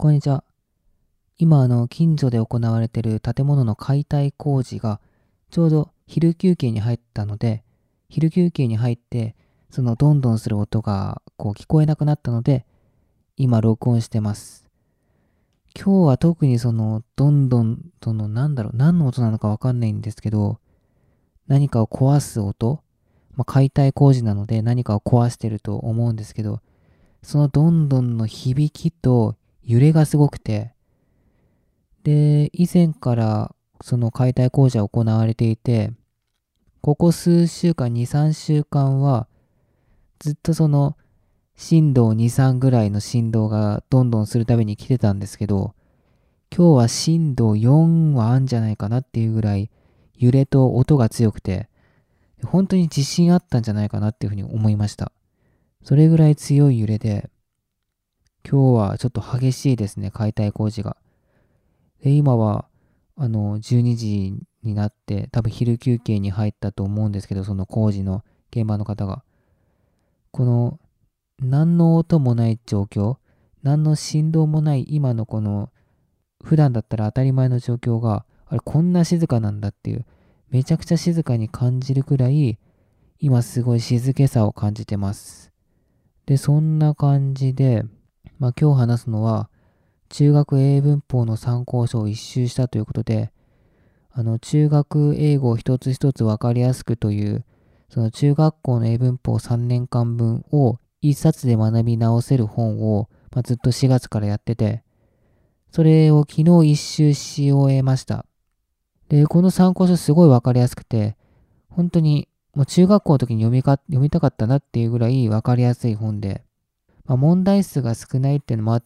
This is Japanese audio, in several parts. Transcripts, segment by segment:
こんにちは。今、近所で行われている建物の解体工事が、ちょうど昼休憩に入ったので、昼休憩に入って、そのドンドンする音が聞こえなくなったので、今録音してます。今日は特にどんどん、何の音なのかわかんないんですけど、何かを壊す音、解体工事なので何かを壊してると思うんですけど、そのどんどんの響きと揺れがすごくて、で、以前からその解体工事は行われていて、ここ数週間、2、3週間は、ずっと震度2、3ぐらいの振動がどんどんするたびに来てたんですけど、今日は震度4はあんじゃないかなっていうぐらい、揺れと音が強くて、本当に地震あったんじゃないかなっていうふうに思いました。それぐらい強い揺れで、今日はちょっと激しいですね、解体工事が。で、今は、12時になって、多分昼休憩に入ったと思うんですけど、その工事の現場の方が。この、何の音もない状況、何の振動もない今の普段だったら当たり前の状況が、あれ、こんな静かなんだっていう、めちゃくちゃ静かに感じるくらい、今すごい静けさを感じてます。で、そんな感じで、今日話すのは、中学英文法の参考書を一周したということで、中学英語を一つ一つわかりやすくという、その中学校の英文法3年間分を一冊で学び直せる本を、ずっと4月からやってて、それを昨日一周し終えました。で、この参考書すごいわかりやすくて、本当にもう中学校の時に読みたかったなっていうぐらいわかりやすい本で、問題数が少ないっていうのもあって、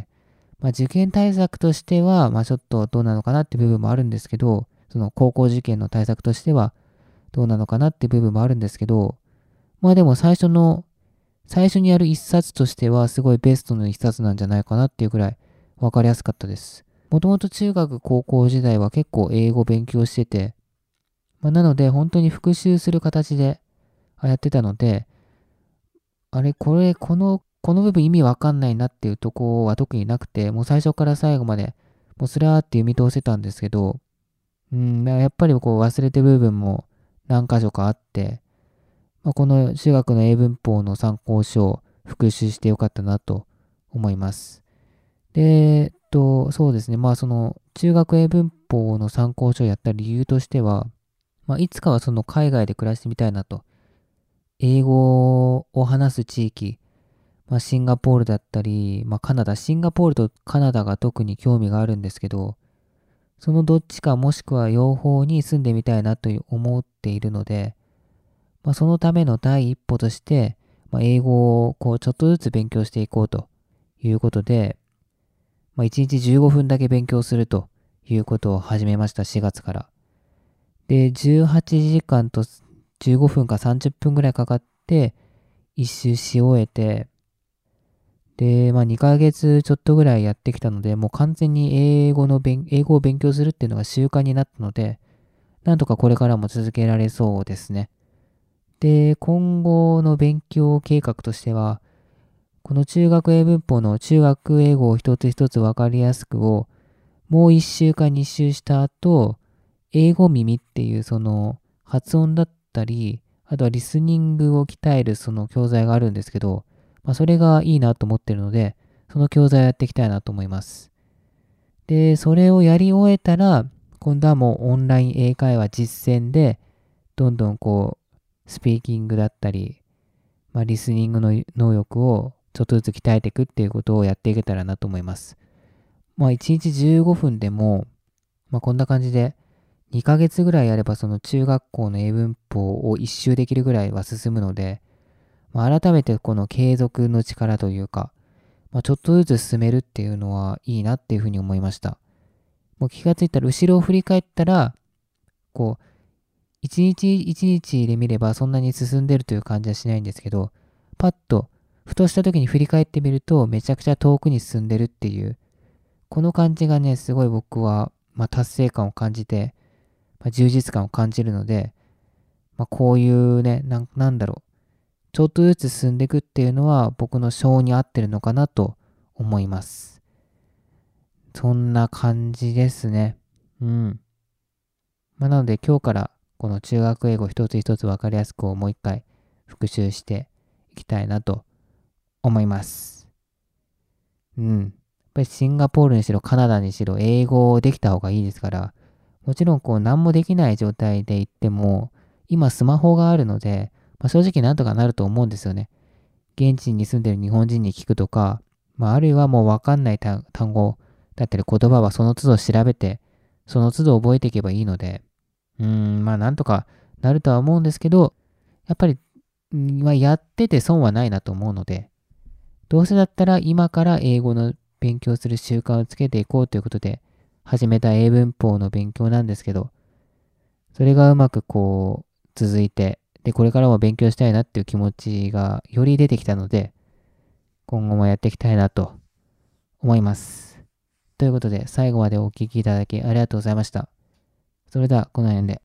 受験対策としては、ちょっとどうなのかなって部分もあるんですけど、その高校受験の対策としてはどうなのかなって部分もあるんですけど、でも最初にやる一冊としてはすごいベストの一冊なんじゃないかなっていうくらいわかりやすかったです。もともと中学高校時代は結構英語勉強してて、なので本当に復習する形でやってたので、あれ、この部分意味わかんないなっていうとこは特になくて、もう最初から最後まで、もうスラーって読み通せたんですけど、だからやっぱり忘れてる部分も何箇所かあって、この中学の英文法の参考書を復習してよかったなと思います。で、そうですね。中学英文法の参考書をやった理由としては、いつかはその海外で暮らしてみたいなと。英語を話す地域、シンガポールだったり、シンガポールとカナダが特に興味があるんですけど、そのどっちかもしくは両方に住んでみたいなと思っているので、そのための第一歩として、英語をちょっとずつ勉強していこうということで、1日15分だけ勉強するということを始めました、4月から。で、18時間と15分か30分ぐらいかかって一周し終えて、で、2ヶ月ちょっとぐらいやってきたので、もう完全に英語を勉強するっていうのが習慣になったので、なんとかこれからも続けられそうですね。で、今後の勉強計画としては、この中学英文法の中学英語を一つ一つわかりやすくを、もう1週間2週した後、英語耳っていう発音だったり、あとはリスニングを鍛えるその教材があるんですけど、それがいいなと思ってるので、その教材をやっていきたいなと思います。で、それをやり終えたら、今度はもうオンライン英会話実践で、どんどんスピーキングだったり、リスニングの能力をちょっとずつ鍛えていくっていうことをやっていけたらなと思います。1日15分でも、こんな感じで、2ヶ月ぐらいやればその中学校の英文法を一周できるぐらいは進むので、改めてこの継続の力というか、ちょっとずつ進めるっていうのはいいなっていうふうに思いました。もう気がついたら後ろを振り返ったら、一日一日で見ればそんなに進んでるという感じはしないんですけど、パッと、ふとした時に振り返ってみると、めちゃくちゃ遠くに進んでるっていう、この感じがね、すごい僕は、達成感を感じて、充実感を感じるので、こういうね、なんだろう、ちょっとずつ進んでいくっていうのは僕の性に合ってるのかなと思います。 そんな感じですね。うん。なので今日からこの中学英語一つ一つわかりやすくもう一回復習していきたいなと思います。うん。やっぱりシンガポールにしろカナダにしろ英語できた方がいいですから、もちろん何もできない状態で行っても、今スマホがあるので、正直なんとかなると思うんですよね。現地に住んでる日本人に聞くとか、あるいはもうわかんない単語だったり言葉はその都度調べて、その都度覚えていけばいいので、なんとかなるとは思うんですけど、やっぱり、やってて損はないなと思うので、どうせだったら今から英語の勉強する習慣をつけていこうということで、始めた英文法の勉強なんですけど、それがうまく続いて、で、これからも勉強したいなっていう気持ちがより出てきたので、今後もやっていきたいなと思います。ということで、最後までお聞きいただきありがとうございました。それでは、この辺で。